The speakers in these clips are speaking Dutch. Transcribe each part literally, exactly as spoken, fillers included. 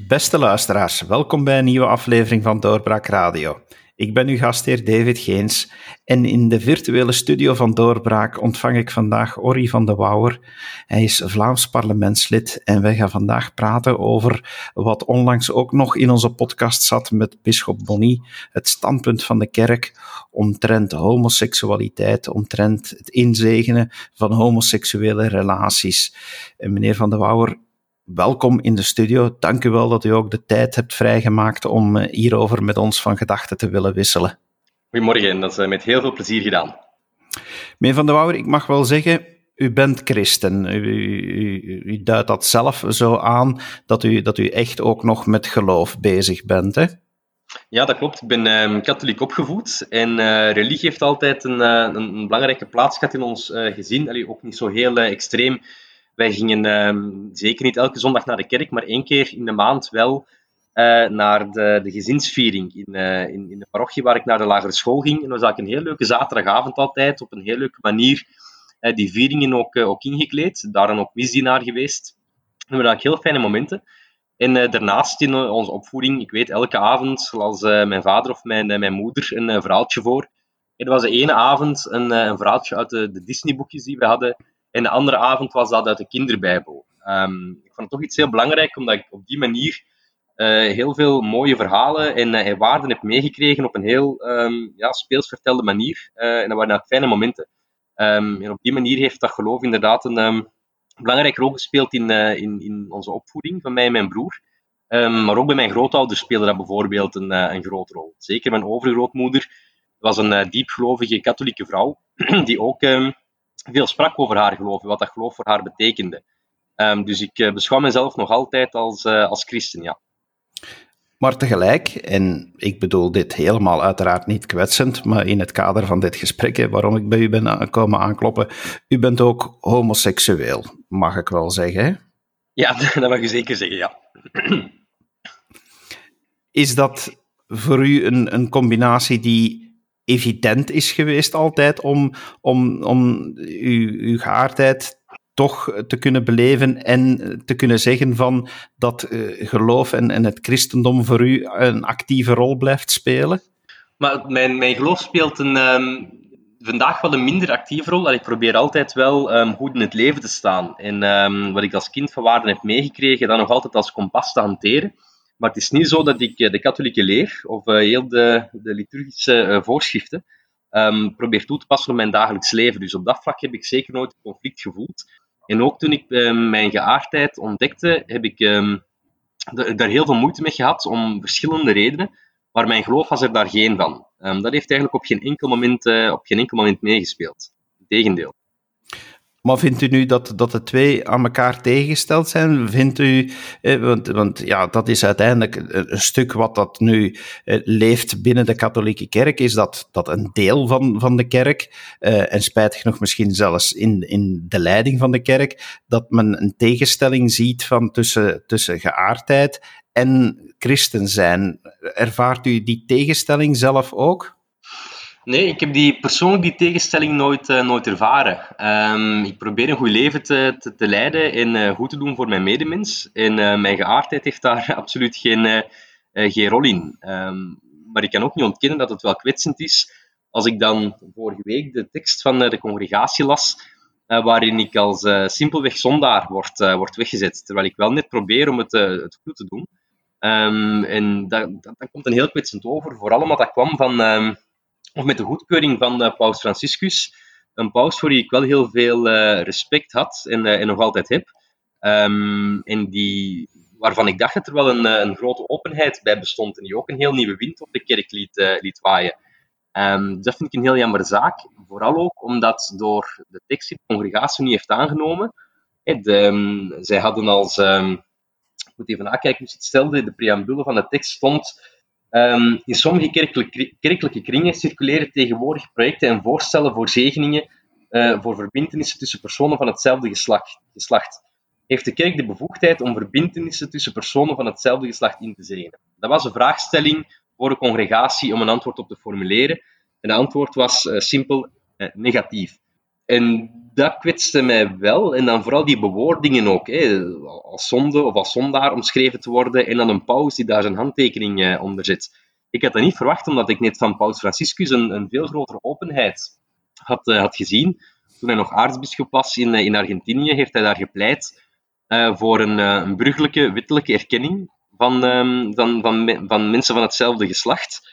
Beste luisteraars, welkom bij een nieuwe aflevering van Doorbraak Radio. Ik ben uw gastheer David Geens en in de virtuele studio van Doorbraak ontvang ik vandaag Orry van de Wouwer. Hij is Vlaams parlementslid en wij gaan vandaag praten over wat onlangs ook nog in onze podcast zat met bisschop Bonny, het standpunt van de kerk omtrent homoseksualiteit, omtrent het inzegenen van homoseksuele relaties. En meneer van de Wouwer, welkom in de studio. Dank u wel dat u ook de tijd hebt vrijgemaakt om hierover met ons van gedachten te willen wisselen. Goedemorgen, dat is met heel veel plezier gedaan. Meneer van de Wouwer, ik mag wel zeggen, u bent christen. U, u, u duidt dat zelf zo aan, dat u, dat u echt ook nog met geloof bezig bent, hè? Ja, dat klopt. Ik ben uh, katholiek opgevoed en uh, religie heeft altijd een, uh, een, een belangrijke plaats gehad in ons uh, gezin. Allee, ook niet zo heel uh, extreem. Wij gingen uh, zeker niet elke zondag naar de kerk, maar één keer in de maand wel uh, naar de, de gezinsviering in, uh, in, in de parochie waar ik naar de lagere school ging. En dat was eigenlijk een heel leuke zaterdagavond altijd, op een heel leuke manier uh, die vieringen ook, uh, ook ingekleed. Daar dan ook misdienaar geweest. En we hadden heel fijne momenten. En uh, daarnaast in uh, onze opvoeding, ik weet elke avond, las uh, mijn vader of mijn, uh, mijn moeder een uh, verhaaltje voor. En dat was de ene avond een, uh, een verhaaltje uit de, de Disney-boekjes die we hadden. En de andere avond was dat uit de kinderbijbel. Um, ik vond het toch iets heel belangrijk, omdat ik op die manier uh, heel veel mooie verhalen en, uh, en waarden heb meegekregen op een heel um, ja, speels vertelde manier. Uh, en dat waren fijne momenten. Um, en op die manier heeft dat geloof inderdaad een um, belangrijke rol gespeeld in, uh, in, in onze opvoeding, van mij en mijn broer. Um, maar ook bij mijn grootouders speelde dat bijvoorbeeld een, uh, een grote rol. Zeker mijn overgrootmoeder was een uh, diepgelovige katholieke vrouw, die ook... Um, veel sprak over haar geloof en wat dat geloof voor haar betekende. Um, dus ik uh, beschouw mezelf nog altijd als, uh, als christen, ja. Maar tegelijk, en ik bedoel dit helemaal uiteraard niet kwetsend, maar in het kader van dit gesprek, hè, waarom ik bij u ben komen aankloppen, u bent ook homoseksueel, mag ik wel zeggen, hè? Ja, dat mag u zeker zeggen, ja. Is dat voor u een, een combinatie die evident is geweest altijd om, om, om uw, uw geaardheid toch te kunnen beleven en te kunnen zeggen van dat uh, geloof en, en het christendom voor u een actieve rol blijft spelen? Maar mijn, mijn geloof speelt een, um, vandaag wel een minder actieve rol. Ik probeer altijd wel um, goed in het leven te staan. En um, wat ik als kind van waarden heb meegekregen, dat nog altijd als kompas te hanteren. Maar het is niet zo dat ik de katholieke leer of uh, heel de, de liturgische uh, voorschriften um, probeer toe te passen op mijn dagelijks leven. Dus op dat vlak heb ik zeker nooit een conflict gevoeld. En ook toen ik um, mijn geaardheid ontdekte, heb ik um, de, daar heel veel moeite mee gehad om verschillende redenen. Maar mijn geloof was er daar geen van. Um, dat heeft eigenlijk op geen enkel moment, uh, op geen enkel moment meegespeeld. Integendeel. Maar vindt u nu dat, dat de twee aan elkaar tegengesteld zijn? Vindt u, eh, want, want ja, dat is uiteindelijk een, een stuk wat dat nu eh, leeft binnen de katholieke kerk, is dat, dat een deel van, van de kerk, eh, en spijtig genoeg misschien zelfs in, in de leiding van de kerk, dat men een tegenstelling ziet van tussen, tussen geaardheid en christen zijn. Ervaart u die tegenstelling zelf ook? Nee, ik heb die, persoonlijk die tegenstelling nooit, uh, nooit ervaren. Um, ik probeer een goed leven te, te, te leiden en uh, goed te doen voor mijn medemens. En uh, mijn geaardheid heeft daar absoluut geen, uh, uh, geen rol in. Um, maar ik kan ook niet ontkennen dat het wel kwetsend is als ik dan vorige week de tekst van uh, de congregatie las, uh, waarin ik als uh, simpelweg zondaar word, uh, word weggezet. Terwijl ik wel net probeer om het, uh, het goed te doen. Um, en dat, dat, dat komt een heel kwetsend over, vooral omdat dat kwam van... Um, of met de goedkeuring van uh, paus Franciscus, een paus voor wie ik wel heel veel uh, respect had en, uh, en nog altijd heb, um, en die, waarvan ik dacht dat er wel een, een grote openheid bij bestond en die ook een heel nieuwe wind op de kerk liet, uh, liet waaien. Um, dat vind ik een heel jammer zaak, vooral ook omdat door de tekst die de congregatie niet heeft aangenomen, he, de, um, zij hadden als, um, ik moet even nakijken hoe ze het stelde, de preambule van de tekst stond... Um, in sommige kerkelijke, kerkelijke kringen circuleren tegenwoordig projecten en voorstellen voor zegeningen uh, voor verbintenissen tussen personen van hetzelfde geslacht, geslacht. Heeft de kerk de bevoegdheid om verbintenissen tussen personen van hetzelfde geslacht in te zegenen? Dat was een vraagstelling voor de congregatie om een antwoord op te formuleren. En het antwoord was uh, simpel uh, negatief. En dat kwetste mij wel. En dan vooral die bewoordingen ook. Hè. Als zonde of als zondaar omschreven te worden. En dan een paus die daar zijn handtekening eh, onder zet. Ik had dat niet verwacht, omdat ik net van paus Franciscus een, een veel grotere openheid had, uh, had gezien. Toen hij nog aartsbisschop was in, uh, in Argentinië, heeft hij daar gepleit uh, voor een, uh, een burgerlijke, wettelijke erkenning van, um, van, van, van mensen van hetzelfde geslacht.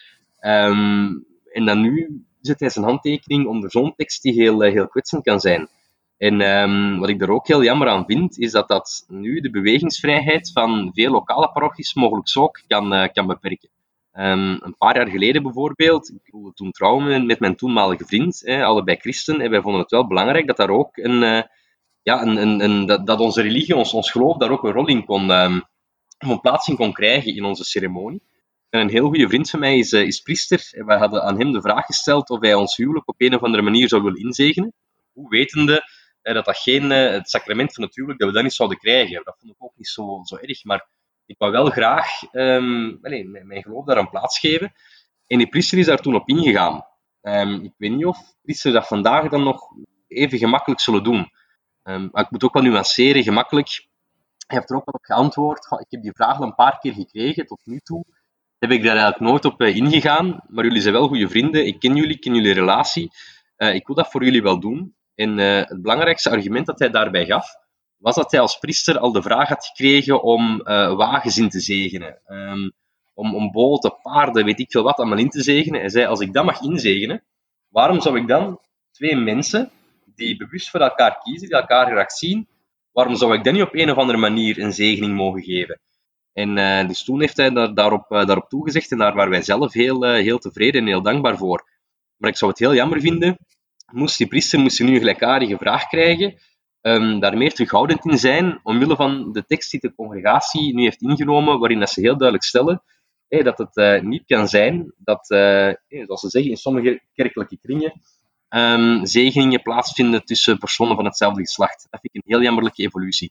Um, en dan nu zet hij zijn handtekening onder zo'n tekst die heel, uh, heel kwetsend kan zijn. En um, wat ik er ook heel jammer aan vind, is dat dat nu de bewegingsvrijheid van veel lokale parochies mogelijk ook kan, uh, kan beperken. Um, een paar jaar geleden bijvoorbeeld, ik wilde toen trouwen met mijn toenmalige vriend, hè, allebei christen, en wij vonden het wel belangrijk dat daar ook een, uh, ja, een, een, een, dat, dat onze religie, ons, ons geloof, daar ook een rol in kon, um, een plaats in kon krijgen in onze ceremonie. En een heel goede vriend van mij is, uh, is priester, en wij hadden aan hem de vraag gesteld of hij ons huwelijk op een of andere manier zou willen inzegenen, hoe wetende uh, dat dat geen, uh, het sacrament van het huwelijk, dat we dat niet zouden krijgen. Dat vond ik ook niet zo, zo erg, maar ik wou wel graag um, allez, mijn geloof daar een plaats geven. En die priester is daar toen op ingegaan. Um, ik weet niet of priesters dat vandaag dan nog even gemakkelijk zullen doen. Um, maar ik moet ook wel nuanceren, gemakkelijk. Hij heeft er ook wel op geantwoord. Ik heb die vraag al een paar keer gekregen, tot nu toe. Heb ik daar eigenlijk nooit op uh, ingegaan. Maar jullie zijn wel goede vrienden. Ik ken jullie, ik ken jullie relatie. Uh, ik wil dat voor jullie wel doen. En uh, het belangrijkste argument dat hij daarbij gaf, was dat hij als priester al de vraag had gekregen om uh, wagens in te zegenen. Um, om, om boten, paarden, weet ik veel wat, allemaal in te zegenen. Hij zei, als ik dat mag inzegenen, waarom zou ik dan twee mensen die bewust voor elkaar kiezen, die elkaar graag zien, waarom zou ik dan niet op een of andere manier een zegening mogen geven? En uh, dus toen heeft hij daar, daarop, uh, daarop toegezegd en daar waren wij zelf heel, uh, heel tevreden en heel dankbaar voor. Maar ik zou het heel jammer vinden, moest die priester moest nu een gelijkaardige vraag krijgen, um, daar meer terughoudend in zijn, omwille van de tekst die de congregatie nu heeft ingenomen, waarin dat ze heel duidelijk stellen hey, dat het uh, niet kan zijn dat, uh, hey, zoals ze zeggen in sommige kerkelijke kringen, um, zegeningen plaatsvinden tussen personen van hetzelfde geslacht. Dat vind ik een heel jammerlijke evolutie.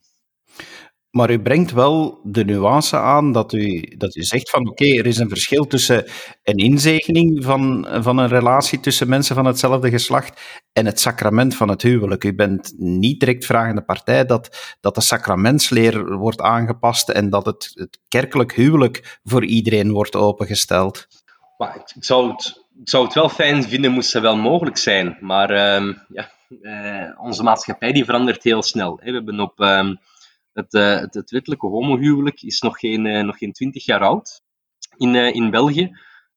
Maar u brengt wel de nuance aan dat u, dat u zegt van oké, okay, er is een verschil tussen een inzegening van, van een relatie tussen mensen van hetzelfde geslacht en het sacrament van het huwelijk. U bent niet direct vragende partij dat, dat de sacramentsleer wordt aangepast en dat het, het kerkelijk huwelijk voor iedereen wordt opengesteld. Maar ik, zou het, ik zou het wel fijn vinden, moest dat wel mogelijk zijn. Maar um, ja, uh, onze maatschappij die verandert heel snel. Hè. We hebben op... Um, Het, uh, het, het wettelijke homohuwelijk is nog geen, uh, nog geen twintig jaar oud in, uh, in België.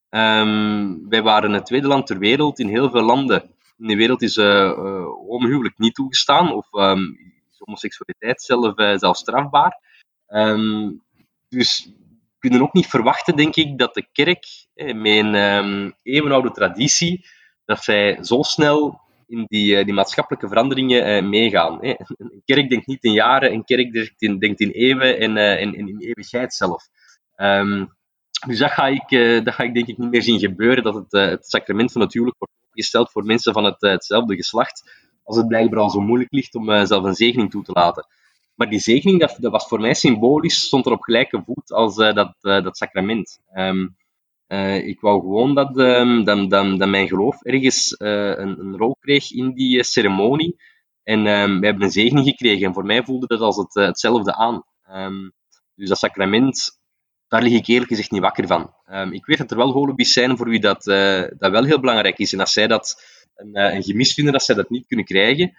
Um, wij waren het tweede land ter wereld. In heel veel landen in de wereld is uh, uh, homohuwelijk niet toegestaan, of um, is homoseksualiteit zelf, uh, zelf strafbaar. Um, dus we kunnen ook niet verwachten, denk ik, dat de kerk, eh, met een um, eeuwenoude traditie, dat zij zo snel in die, uh, die maatschappelijke veranderingen uh, meegaan. Hè. Een kerk denkt niet in jaren, een kerk denkt in, denkt in eeuwen en, uh, en, en in eeuwigheid zelf. Um, dus dat ga, ik, uh, dat ga ik denk ik niet meer zien gebeuren, dat het, uh, het sacrament van het huwelijk wordt opgesteld voor mensen van het, uh, hetzelfde geslacht, als het blijkbaar al zo moeilijk ligt om uh, zelf een zegening toe te laten. Maar die zegening, dat, dat was voor mij symbolisch, stond er op gelijke voet als uh, dat, uh, dat sacrament. Um, Uh, ik wou gewoon dat, um, dat, dat, dat mijn geloof ergens uh, een, een rol kreeg in die uh, ceremonie. En um, we hebben een zegening gekregen. En voor mij voelde dat als het, uh, hetzelfde aan. Um, dus dat sacrament, daar lig ik eerlijk gezegd niet wakker van. Um, ik weet dat er wel holibi's zijn voor wie dat, uh, dat wel heel belangrijk is. En als zij dat een, uh, een gemis vinden, dat zij dat niet kunnen krijgen.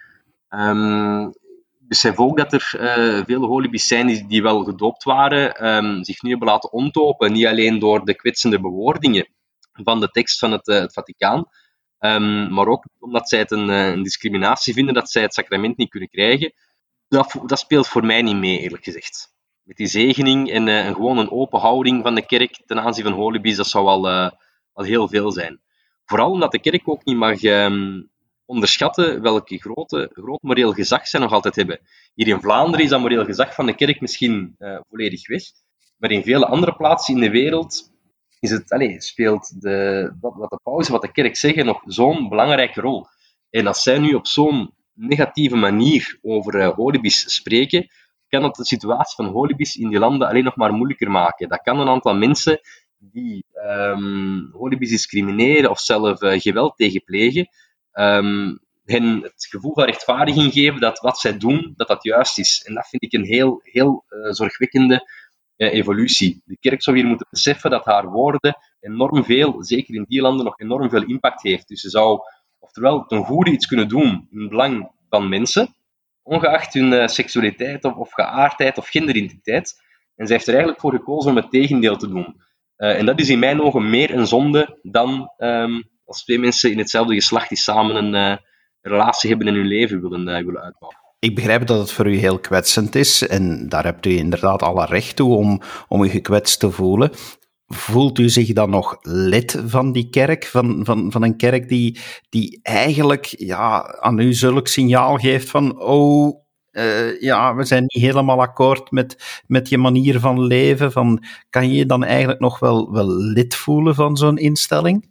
Um, besef ook dat er uh, veel holibi's zijn die, die wel gedoopt waren, um, zich nu hebben laten ontdopen. Niet alleen door de kwetsende bewoordingen van de tekst van het, uh, het Vaticaan, um, maar ook omdat zij het een, uh, een discriminatie vinden dat zij het sacrament niet kunnen krijgen. Dat, dat speelt voor mij niet mee, eerlijk gezegd. Met die zegening en uh, gewoon een open houding van de kerk ten aanzien van holibi's, dat zou al, uh, al heel veel zijn. Vooral omdat de kerk ook niet mag... Um, onderschatten welke grote, groot moreel gezag zij nog altijd hebben. Hier in Vlaanderen is dat moreel gezag van de kerk misschien uh, volledig weg, maar in vele andere plaatsen in de wereld is het, allez, speelt de, wat, wat de paus, wat de kerk zeggen, nog zo'n belangrijke rol. En als zij nu op zo'n negatieve manier over uh, holibi's spreken, kan dat de situatie van holibi's in die landen alleen nog maar moeilijker maken. Dat kan een aantal mensen die um, holibi's discrimineren of zelf uh, geweld tegenplegen, Um, hen het gevoel van rechtvaardiging geven dat wat zij doen, dat dat juist is. En dat vind ik een heel, heel uh, zorgwekkende uh, evolutie. De kerk zou hier moeten beseffen dat haar woorden enorm veel, zeker in die landen, nog enorm veel impact heeft. Dus ze zou oftewel ten goede iets kunnen doen in het belang van mensen, ongeacht hun uh, seksualiteit of, of geaardheid of genderidentiteit. En zij heeft er eigenlijk voor gekozen om het tegendeel te doen. Uh, en dat is in mijn ogen meer een zonde dan um, als twee mensen in hetzelfde geslacht die samen een uh, relatie hebben en hun leven willen, uh, willen uitbouwen. Ik begrijp dat het voor u heel kwetsend is en daar hebt u inderdaad alle recht toe om, om u gekwetst te voelen. Voelt u zich dan nog lid van die kerk, van, van, van een kerk die, die eigenlijk ja, aan u zulk signaal geeft van oh, uh, ja, we zijn niet helemaal akkoord met, met je manier van leven. Van, kan je je dan eigenlijk nog wel, wel lid voelen van zo'n instelling?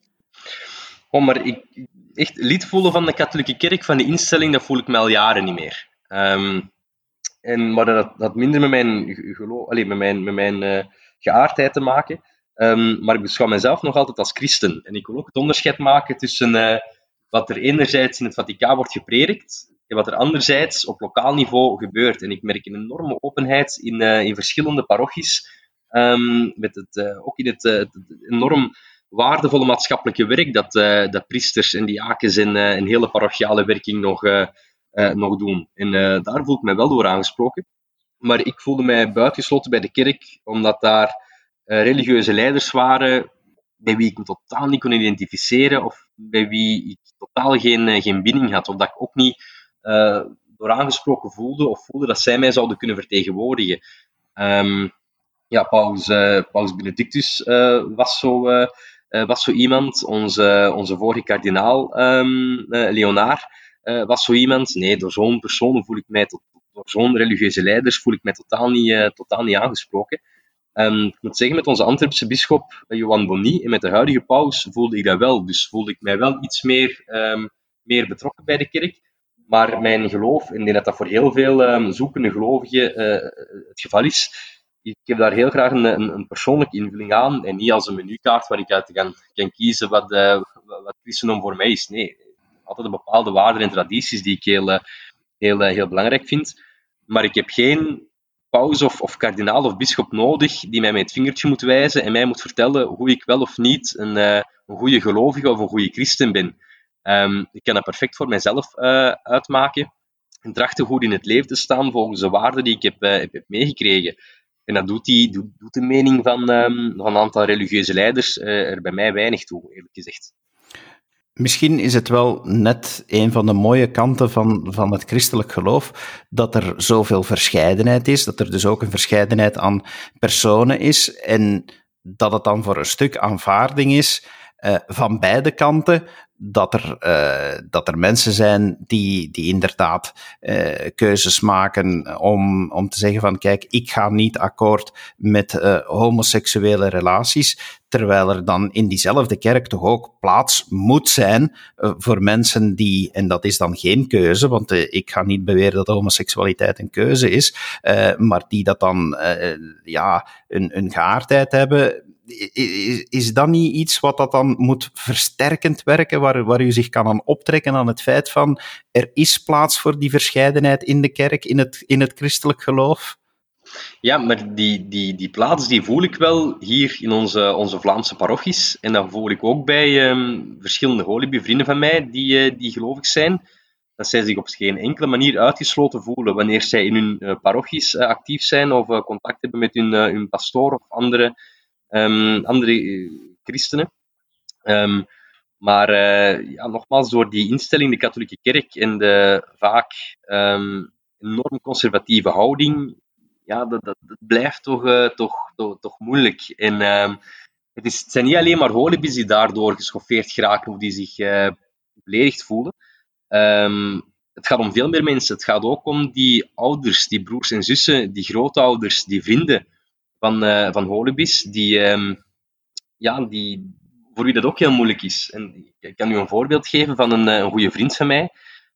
Oh, maar ik, echt lid voelen van de katholieke kerk, van die instelling, dat voel ik me al jaren niet meer. Um, en, maar dat had minder met mijn, geloof, allez, met mijn, met mijn uh, geaardheid te maken. Um, maar ik beschouw mezelf nog altijd als christen. En ik wil ook het onderscheid maken tussen uh, wat er enerzijds in het Vaticaan wordt gepredikt en wat er anderzijds op lokaal niveau gebeurt. En ik merk een enorme openheid in, uh, in verschillende parochies. Um, met het, uh, ook in het, uh, het enorm waardevolle maatschappelijke werk dat, uh, dat priesters en diakens en uh, een hele parochiale werking nog, uh, uh, nog doen. En uh, daar voel ik mij wel door aangesproken. Maar ik voelde mij buitengesloten bij de kerk, omdat daar uh, religieuze leiders waren bij wie ik me totaal niet kon identificeren of bij wie ik totaal geen, uh, geen binding had. Of dat ik ook niet uh, door aangesproken voelde of voelde dat zij mij zouden kunnen vertegenwoordigen. Um, ja, Paus, uh, Paus Benedictus uh, was zo... Uh, Uh, was zo iemand, onze, onze vorige kardinaal um, uh, Leonard uh, was zo iemand. Nee, door zo'n persoon voel ik mij, tot, door zo'n religieuze leiders voel ik mij totaal niet, uh, totaal niet aangesproken. Um, ik moet zeggen, met onze Antwerpse bisschop uh, Johan Bonny en met de huidige paus voelde ik dat wel. Dus voelde ik mij wel iets meer, um, meer betrokken bij de kerk. Maar mijn geloof, en ik denk dat dat voor heel veel um, zoekende gelovigen uh, het geval is, ik heb daar heel graag een, een, een persoonlijke invulling aan en niet als een menukaart waar ik uit kan, kan kiezen wat, uh, wat christendom voor mij is. Nee, altijd een bepaalde waarden en tradities die ik heel, uh, heel, uh, heel belangrijk vind. Maar ik heb geen paus of, of kardinaal of bisschop nodig die mij met het vingertje moet wijzen en mij moet vertellen hoe ik wel of niet een, uh, een goede gelovige of een goede christen ben. Um, ik kan dat perfect voor mijzelf uh, uitmaken en trachten goed in het leven te staan volgens de waarden die ik heb, uh, heb, heb meegekregen. En dat doet, die, doet, doet de mening van, um, van een aantal religieuze leiders uh, er bij mij weinig toe, eerlijk gezegd. Misschien is het wel net een van de mooie kanten van, van het christelijk geloof, dat er zoveel verscheidenheid is, dat er dus ook een verscheidenheid aan personen is en dat het dan voor een stuk aanvaarding is uh, van beide kanten, dat er, uh, dat er mensen zijn die, die inderdaad uh, keuzes maken om, om te zeggen van kijk, ik ga niet akkoord met uh, homoseksuele relaties, terwijl er dan in diezelfde kerk toch ook plaats moet zijn uh, voor mensen die, en dat is dan geen keuze, want uh, ik ga niet beweren dat homoseksualiteit een keuze is, uh, maar die dat dan uh, ja, een, een geaardheid hebben. Is, is dat niet iets wat dat dan moet versterkend werken, waar, waar u zich kan aan optrekken aan het feit van er is plaats voor die verscheidenheid in de kerk, in het, in het christelijk geloof? Ja, maar die, die, die plaats die voel ik wel hier in onze, onze Vlaamse parochies. En dat voel ik ook bij um, verschillende holibi-vrienden van mij die, uh, die gelovig zijn. Dat zij zich op geen enkele manier uitgesloten voelen wanneer zij in hun uh, parochies uh, actief zijn of uh, contact hebben met hun, uh, hun pastoor of andere Um, andere uh, christenen. Um, maar uh, ja, nogmaals, door die instelling, de katholieke kerk en de vaak um, enorm conservatieve houding, ja, dat, dat, dat blijft toch, uh, toch, toch, toch moeilijk. En um, het, is, het zijn niet alleen maar holibis die daardoor geschoffeerd geraken of die zich uh, beledigd voelen. Um, het gaat om veel meer mensen. Het gaat ook om die ouders, die broers en zussen, die grootouders, die vrienden van, uh, van holibis, die, um, ja, die, voor wie dat ook heel moeilijk is. En ik kan u een voorbeeld geven van een, een goede vriend van mij,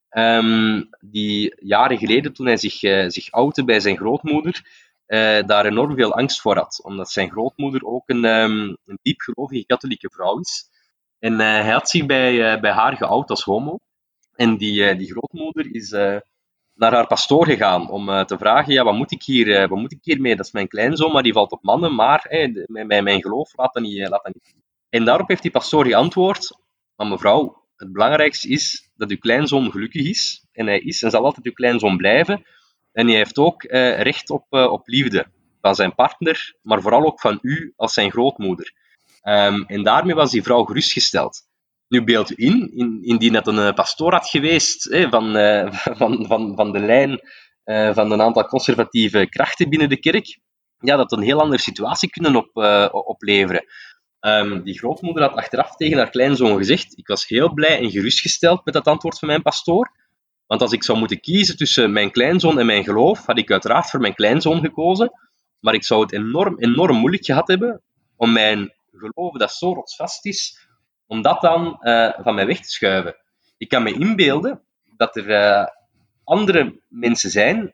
um, die jaren geleden, toen hij zich, uh, zich outte bij zijn grootmoeder, uh, daar enorm veel angst voor had. Omdat zijn grootmoeder ook een, um, een diepgelovige katholieke vrouw is. En uh, hij had zich bij, uh, bij haar geout als homo. En die, uh, die grootmoeder is uh, naar haar pastoor gegaan om uh, te vragen, ja, wat moet ik hier, uh, wat moet ik hiermee? Dat is mijn kleinzoon, maar die valt op mannen, maar hey, de, mijn, mijn geloof, laat dat niet, uh, laat dat niet. En daarop heeft die pastoor geantwoord, maar mevrouw, het belangrijkste is dat uw kleinzoon gelukkig is, en hij is en zal altijd uw kleinzoon blijven, en hij heeft ook uh, recht op, uh, op liefde van zijn partner, maar vooral ook van u als zijn grootmoeder. Um, en daarmee was die vrouw gerustgesteld. Nu beeld u in, in indien dat een uh, pastoor had geweest hè, van, uh, van, van, van de lijn uh, van een aantal conservatieve krachten binnen de kerk, ja, dat een heel andere situatie kunnen op, uh, opleveren. Um, die grootmoeder had achteraf tegen haar kleinzoon gezegd, ik was heel blij en gerustgesteld met dat antwoord van mijn pastoor, want als ik zou moeten kiezen tussen mijn kleinzoon en mijn geloof, had ik uiteraard voor mijn kleinzoon gekozen, maar ik zou het enorm, enorm moeilijk gehad hebben om mijn geloof dat zo rotsvast is, om dat dan uh, van mij weg te schuiven. Ik kan me inbeelden dat er uh, andere mensen zijn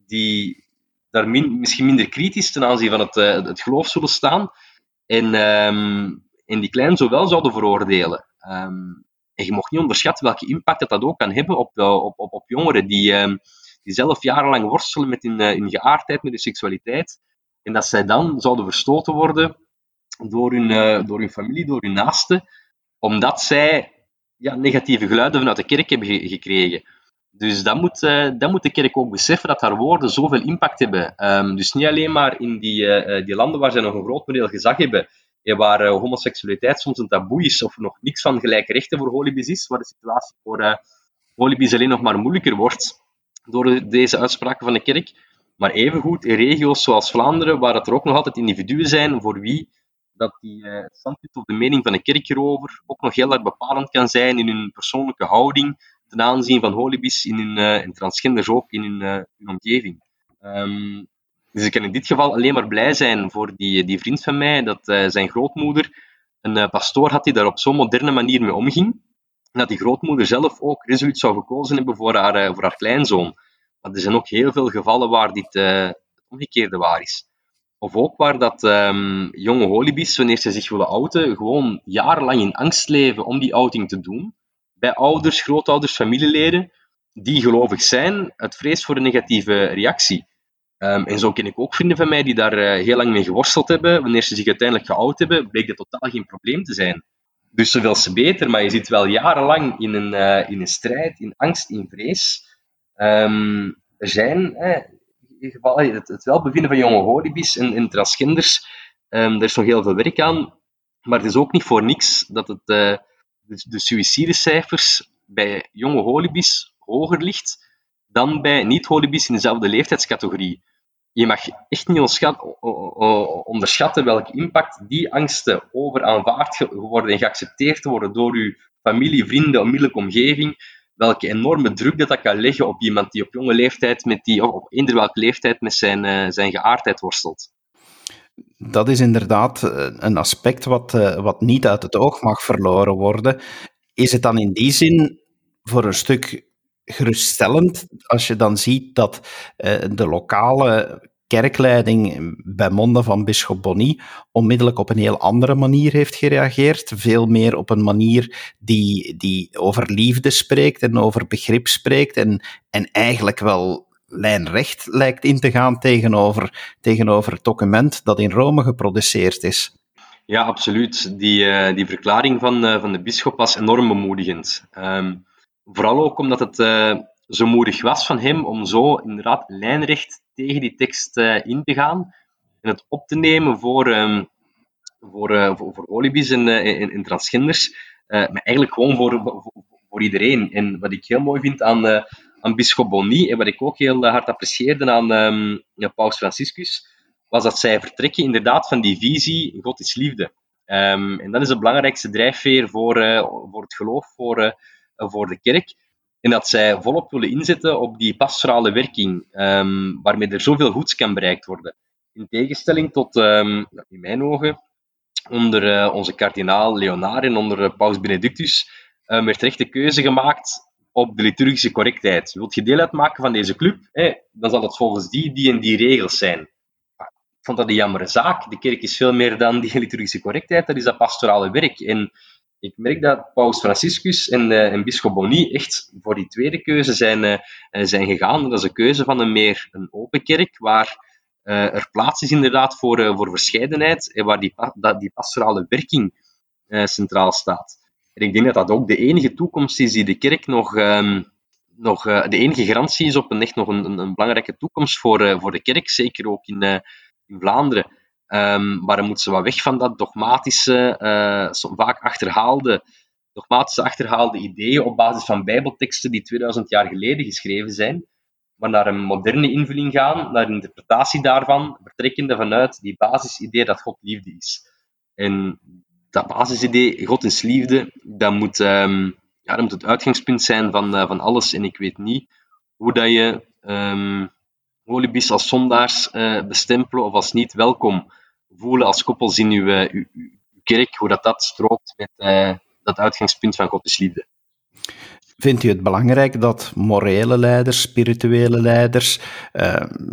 die daar min, misschien minder kritisch ten aanzien van het, uh, het geloof zullen staan en, um, en die kleinzoon wel zouden veroordelen. Um, en je mocht niet onderschatten welke impact dat, dat ook kan hebben op, uh, op, op, op jongeren die, um, die zelf jarenlang worstelen met hun, uh, hun geaardheid, met hun seksualiteit, en dat zij dan zouden verstoten worden door hun, uh, door hun familie, door hun naasten, omdat zij ja, negatieve geluiden vanuit de kerk hebben ge- gekregen. Dus dat moet, uh, dat moet de kerk ook beseffen, dat haar woorden zoveel impact hebben. Um, dus niet alleen maar in die, uh, die landen waar zij nog een groot moreel gezag hebben, en waar uh, homoseksualiteit soms een taboe is, of er nog niks van gelijke rechten voor holibies is, waar de situatie voor uh, holibies alleen nog maar moeilijker wordt door deze uitspraken van de kerk. Maar evengoed in regio's zoals Vlaanderen, waar het er ook nog altijd individuen zijn voor wie dat die uh, standpunt of de mening van de kerk hierover ook nog heel erg bepalend kan zijn in hun persoonlijke houding ten aanzien van holibies in hun, uh, en transgenders ook in hun, uh, hun omgeving. Um, dus ik kan in dit geval alleen maar blij zijn voor die, die vriend van mij, dat uh, zijn grootmoeder een uh, pastoor had die daar op zo'n moderne manier mee omging. En dat die grootmoeder zelf ook resoluut zou gekozen hebben voor haar, uh, voor haar kleinzoon. Maar er zijn ook heel veel gevallen waar dit uh, het omgekeerde waar is. Of ook waar dat um, jonge holibies, wanneer ze zich willen outen, gewoon jarenlang in angst leven om die outing te doen. Bij ouders, grootouders, familieleden, die gelovig zijn, uit vrees voor een negatieve reactie. Um, en zo ken ik ook vrienden van mij die daar uh, heel lang mee geworsteld hebben. Wanneer ze zich uiteindelijk geout hebben, bleek dat totaal geen probleem te zijn. Dus zoveel ze beter, maar je zit wel jarenlang in een, uh, in een strijd, in angst, in vrees. Um, er zijn... Eh, in geval, het, het welbevinden van jonge holibies en, en transgenders, um, daar is nog heel veel werk aan. Maar het is ook niet voor niks dat het, uh, de, de suïcidecijfers bij jonge holibies hoger ligt dan bij niet-holibies in dezelfde leeftijdscategorie. Je mag echt niet onderschatten welke impact die angsten over aanvaard worden en geaccepteerd worden door uw familie, vrienden, onmiddellijke omgeving, welke enorme druk dat, dat kan leggen op iemand die op jonge leeftijd, met die, of op eender welke leeftijd met zijn, uh, zijn geaardheid worstelt. Dat is inderdaad een aspect wat, uh, wat niet uit het oog mag verloren worden. Is het dan in die zin voor een stuk geruststellend als je dan ziet dat uh, de lokale kerkleiding bij monden van bisschop Bonny onmiddellijk op een heel andere manier heeft gereageerd, veel meer op een manier die, die over liefde spreekt en over begrip spreekt en, en eigenlijk wel lijnrecht lijkt in te gaan tegenover, tegenover het document dat in Rome geproduceerd is. Ja, absoluut. Die, uh, die verklaring van, uh, van de bisschop was enorm bemoedigend. Um, vooral ook omdat het uh, zo moedig was van hem om zo inderdaad lijnrecht tegen die tekst uh, in te gaan en het op te nemen voor, um, voor, uh, voor, voor holibies en, uh, en, en transgenders, uh, maar eigenlijk gewoon voor, voor, voor iedereen. En wat ik heel mooi vind aan, uh, aan bisschop Bonny en wat ik ook heel hard apprecieerde aan um, ja, Paus Franciscus, was dat zij vertrekken inderdaad van die visie God is liefde. Um, en dat is de belangrijkste drijfveer voor, uh, voor het geloof, voor, uh, voor de kerk. En dat zij volop willen inzetten op die pastorale werking, um, waarmee er zoveel goeds kan bereikt worden. In tegenstelling tot, um, in mijn ogen, onder uh, onze kardinaal Leonard en onder uh, Paus Benedictus, uh, werd er echt de keuze gemaakt op de liturgische correctheid. Wilt je deel uitmaken van deze club, hè, dan zal het volgens die, die en die regels zijn. Ik vond dat een jammere zaak. De kerk is veel meer dan die liturgische correctheid, dat is dat pastorale werk. En Ik merk dat Paus Franciscus en, uh, en Bisschop Bonny echt voor die tweede keuze zijn, uh, zijn gegaan. Dat is een keuze van een meer een open kerk, waar uh, er plaats is inderdaad voor, uh, voor verscheidenheid en waar die, dat die pastorale werking uh, centraal staat. En ik denk dat dat ook de enige toekomst is die de kerk nog... Um, nog uh, de enige garantie is op een echt nog een, een, een belangrijke toekomst voor, uh, voor de kerk, zeker ook in, uh, in Vlaanderen. Um, maar dan moeten ze wat weg van dat dogmatische, uh, vaak achterhaalde, dogmatische achterhaalde ideeën op basis van bijbelteksten die tweeduizend jaar geleden geschreven zijn, maar naar een moderne invulling gaan, naar een interpretatie daarvan, vertrekkende vanuit die basisidee dat God liefde is. En dat basisidee, God is liefde, dat moet... Um, Ja, dat moet het uitgangspunt zijn van, uh, van alles. En ik weet niet hoe dat je um, holibies als zondaars uh, bestempelen of als niet welkom voelen als koppels in uw, uh, uw, uw kerk, hoe dat, dat strookt met uh, dat uitgangspunt van God is liefde. Vindt u het belangrijk dat morele leiders, spirituele leiders, uh,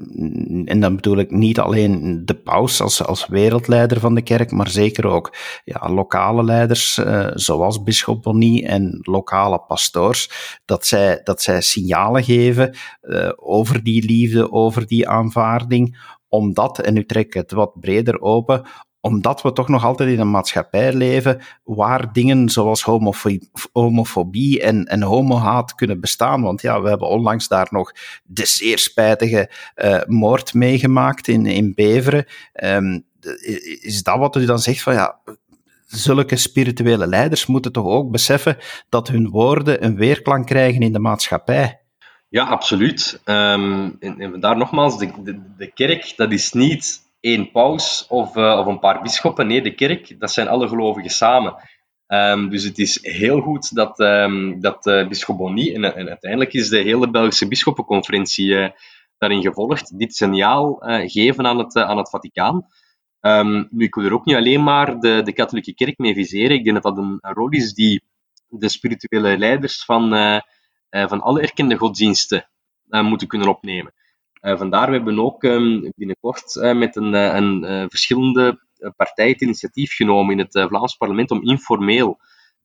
en dan bedoel ik niet alleen de paus als, als wereldleider van de kerk, maar zeker ook ja, lokale leiders, uh, zoals Bisschop Bonny en lokale pastoors, dat zij, dat zij signalen geven uh, over die liefde, over die aanvaarding, omdat, en nu trek ik het wat breder open, omdat we toch nog altijd in een maatschappij leven waar dingen zoals homofobie, homofobie en, en homohaat kunnen bestaan. Want ja, we hebben onlangs daar nog de zeer spijtige uh, moord meegemaakt in, in Beveren. Um, is dat wat u dan zegt van ja, zulke spirituele leiders moeten toch ook beseffen dat hun woorden een weerklank krijgen in de maatschappij? Ja, absoluut. Um, en, en daar nogmaals, de, de, de kerk, dat is niet één paus of, uh, of een paar bisschoppen. Nee, de kerk, dat zijn alle gelovigen samen. Um, dus het is heel goed dat, um, dat uh, Bisschop Bonny, en, en uiteindelijk is de hele Belgische bisschoppenconferentie uh, daarin gevolgd, dit signaal uh, geven aan het, uh, aan het Vaticaan. Um, nu, ik wil er ook niet alleen maar de, de katholieke kerk mee viseren. Ik denk dat dat een, een rol is die de spirituele leiders van, uh, uh, van alle erkende godsdiensten uh, moeten kunnen opnemen. Uh, vandaar, we hebben ook um, binnenkort uh, met een, uh, een uh, verschillende partijen het initiatief genomen in het uh, Vlaams parlement om informeel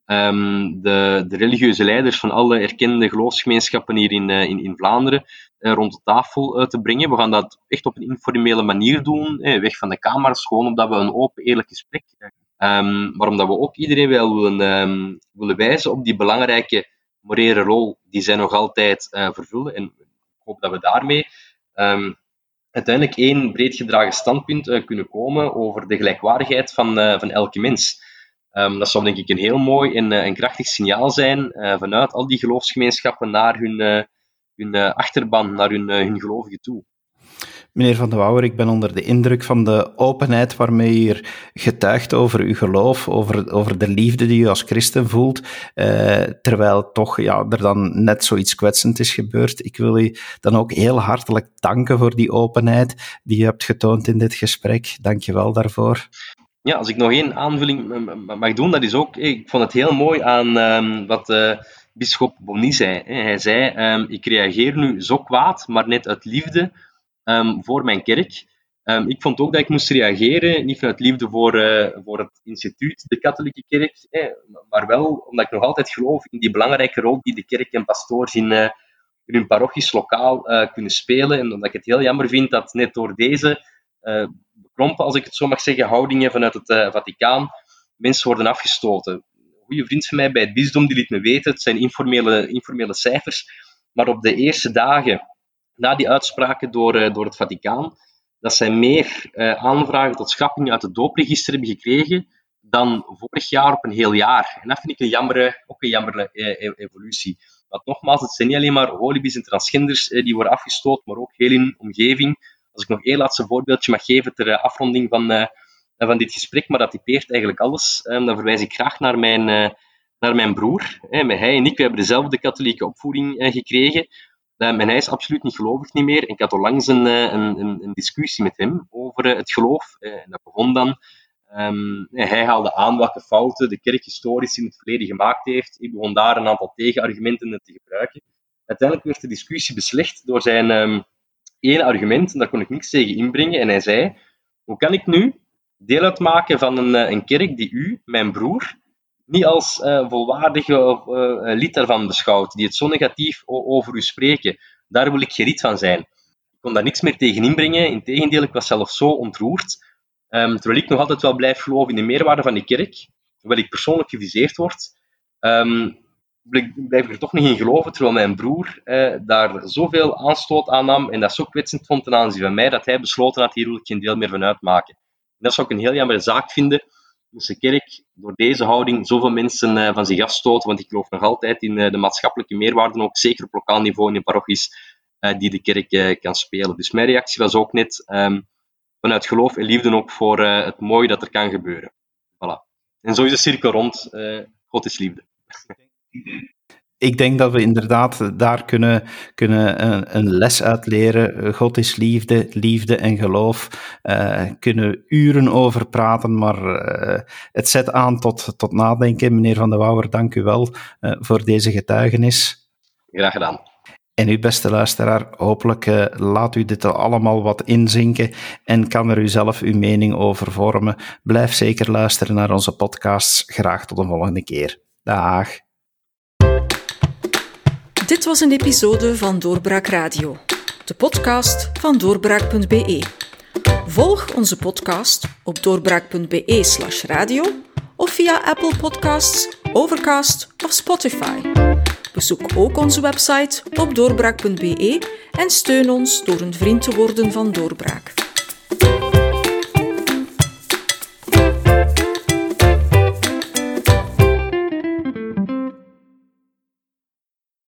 um, de, de religieuze leiders van alle erkende geloofsgemeenschappen hier in, uh, in, in Vlaanderen uh, rond de tafel uh, te brengen. We gaan dat echt op een informele manier doen, eh, weg van de kamers, gewoon omdat we een open, eerlijk gesprek hebben. Um, maar omdat we ook iedereen wel willen, um, willen wijzen op die belangrijke morele rol die zij nog altijd uh, vervullen. En ik hoop dat we daarmee Um, uiteindelijk één breed gedragen standpunt uh, kunnen komen over de gelijkwaardigheid van, uh, van elke mens. Um, dat zou denk ik een heel mooi en uh, een krachtig signaal zijn uh, vanuit al die geloofsgemeenschappen naar hun, uh, hun uh, achterban, naar hun, uh, hun gelovigen toe. Meneer Van de Wouwer, ik ben onder de indruk van de openheid waarmee u hier getuigt over uw geloof, over, over de liefde die u als christen voelt, eh, terwijl toch ja, er dan net zoiets kwetsend is gebeurd. Ik wil u dan ook heel hartelijk danken voor die openheid die u hebt getoond in dit gesprek. Dank je wel daarvoor. Ja, als ik nog één aanvulling mag doen, dat is ook, ik vond het heel mooi aan um, wat uh, Bisschop Bonny zei. Hij zei, um, ik reageer nu zo kwaad, maar net uit liefde Um, voor mijn kerk. Um, ik vond ook dat ik moest reageren, niet vanuit liefde voor, uh, voor het instituut, de katholieke kerk, eh, maar wel omdat ik nog altijd geloof in die belangrijke rol die de kerk en pastoors in, uh, in hun parochies lokaal uh, kunnen spelen. En omdat ik het heel jammer vind dat net door deze uh, bekrompen, als ik het zo mag zeggen, houdingen vanuit het uh, Vaticaan, mensen worden afgestoten. Een goede vriend van mij bij het bisdom die liet me weten, het zijn informele, informele cijfers, maar op de eerste dagen na die uitspraken door, uh, door het Vaticaan, dat zij meer uh, aanvragen tot schapping uit het doopregister hebben gekregen dan vorig jaar op een heel jaar. En dat vind ik een jammere, ook een jammere uh, evolutie. Want nogmaals, het zijn niet alleen maar holibies en transgenders uh, die worden afgestoten, maar ook heel in omgeving. Als ik nog één laatste voorbeeldje mag geven ter uh, afronding van, uh, van dit gesprek, maar dat typeert eigenlijk alles, uh, dan verwijs ik graag naar mijn, uh, naar mijn broer. Uh, hij en ik we hebben dezelfde katholieke opvoeding uh, gekregen. Um, en hij is absoluut niet gelovig niet meer. Ik had onlangs een, een, een, een discussie met hem over uh, het geloof. Uh, en dat begon dan. Um, hij haalde aan welke fouten de kerk historisch in het verleden gemaakt heeft. Ik begon daar een aantal tegenargumenten te gebruiken. Uiteindelijk werd de discussie beslecht door zijn um, één argument. En daar kon ik niks tegen inbrengen. En hij zei, hoe kan ik nu deel uitmaken van een, een kerk die u, mijn broer, niet als uh, volwaardige uh, lid daarvan beschouwt, die het zo negatief o- over u spreken. Daar wil ik geen lid van zijn. Ik kon daar niks meer tegen inbrengen. Integendeel, ik was zelfs zo ontroerd. Um, terwijl ik nog altijd wel blijf geloven in de meerwaarde van die kerk, hoewel ik persoonlijk geviseerd word, um, blijf ik er toch niet in geloven, terwijl mijn broer uh, daar zoveel aanstoot aan nam en dat zo kwetsend vond ten aanzien van mij, dat hij besloten had, hier wil ik geen deel meer van uitmaken. En dat zou ik een heel jammer zaak vinden, moest de kerk door deze houding zoveel mensen uh, van zich afstoten, want ik geloof nog altijd in uh, de maatschappelijke meerwaarden, ook zeker op lokaal niveau in de parochies, uh, die de kerk uh, kan spelen. Dus mijn reactie was ook net um, vanuit geloof en liefde ook voor uh, het mooie dat er kan gebeuren. Voilà. En zo is de cirkel rond. Uh, God is liefde. Ik denk dat we inderdaad daar kunnen, kunnen een, een les uit leren. God is liefde, liefde en geloof. Uh, kunnen uren over praten, maar uh, het zet aan tot, tot nadenken. Meneer Van de Wouwer, dank u wel uh, voor deze getuigenis. Graag gedaan. En uw beste luisteraar, hopelijk uh, laat u dit allemaal wat inzinken en kan er u zelf uw mening over vormen. Blijf zeker luisteren naar onze podcasts. Graag tot de volgende keer. Dag. Dit was een episode van Doorbraak Radio, de podcast van doorbraak punt b e. Volg onze podcast op doorbraak punt b e slash radio of via Apple Podcasts, Overcast of Spotify. Bezoek ook onze website op doorbraak punt b e en steun ons door een vriend te worden van Doorbraak.